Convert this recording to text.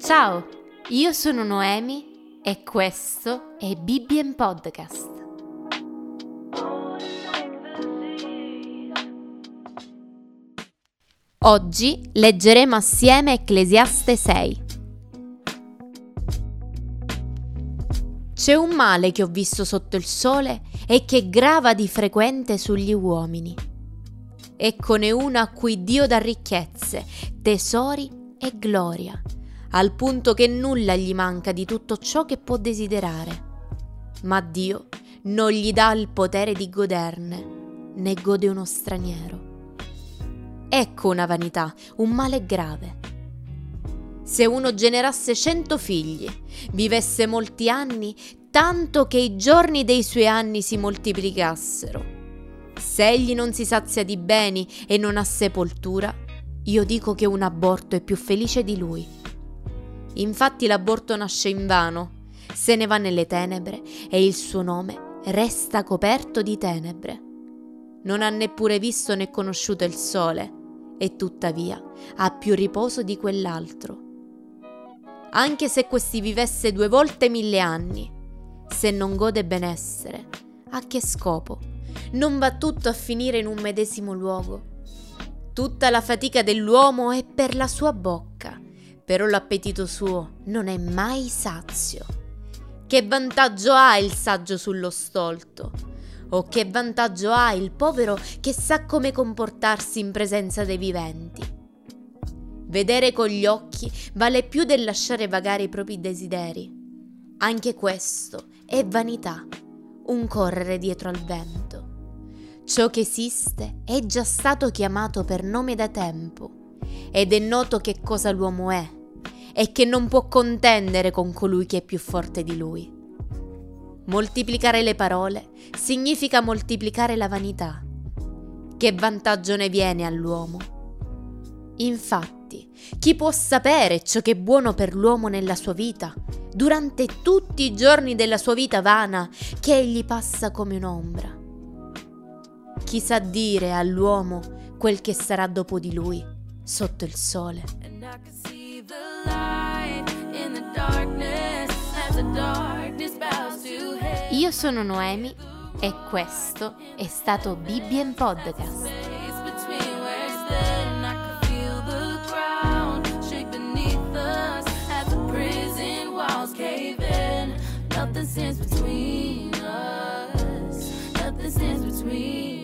Ciao, io sono Noemi e questo è Bibbien Podcast. Oggi leggeremo assieme Ecclesiaste 6. C'è un male che ho visto sotto il sole e che grava di frequente sugli uomini. Eccone uno a cui Dio dà ricchezze, tesori e gloria, al punto che nulla gli manca di tutto ciò che può desiderare. Ma Dio non gli dà il potere di goderne, ne gode uno straniero. Ecco una vanità, un male grave. Se uno generasse 100 figli, vivesse molti anni, tanto che i giorni dei suoi anni si moltiplicassero. Se egli non si sazia di beni e non ha sepoltura, io dico che un aborto è più felice di lui. Infatti l'aborto nasce invano, se ne va nelle tenebre e il suo nome resta coperto di tenebre. Non ha neppure visto né conosciuto il sole e tuttavia ha più riposo di quell'altro. Anche se questi vivesse 2 volte 1000 anni, se non gode benessere, a che scopo? Non va tutto a finire in un medesimo luogo? Tutta la fatica dell'uomo è per la sua bocca, però l'appetito suo non è mai sazio. Che vantaggio ha il saggio sullo stolto? O che vantaggio ha il povero che sa come comportarsi in presenza dei viventi? Vedere con gli occhi vale più del lasciare vagare i propri desideri. Anche questo è vanità, un correre dietro al vento. Ciò che esiste è già stato chiamato per nome da tempo, ed è noto che cosa l'uomo è, e che non può contendere con colui che è più forte di lui. Moltiplicare le parole significa moltiplicare la vanità. Che vantaggio ne viene all'uomo? Infatti, chi può sapere ciò che è buono per l'uomo nella sua vita, durante tutti i giorni della sua vita vana, che egli passa come un'ombra? Chi sa dire all'uomo quel che sarà dopo di lui, sotto il sole? Io sono Noemi e questo è stato Bibbien Podcast. Nothing stands between us. Nothing stands between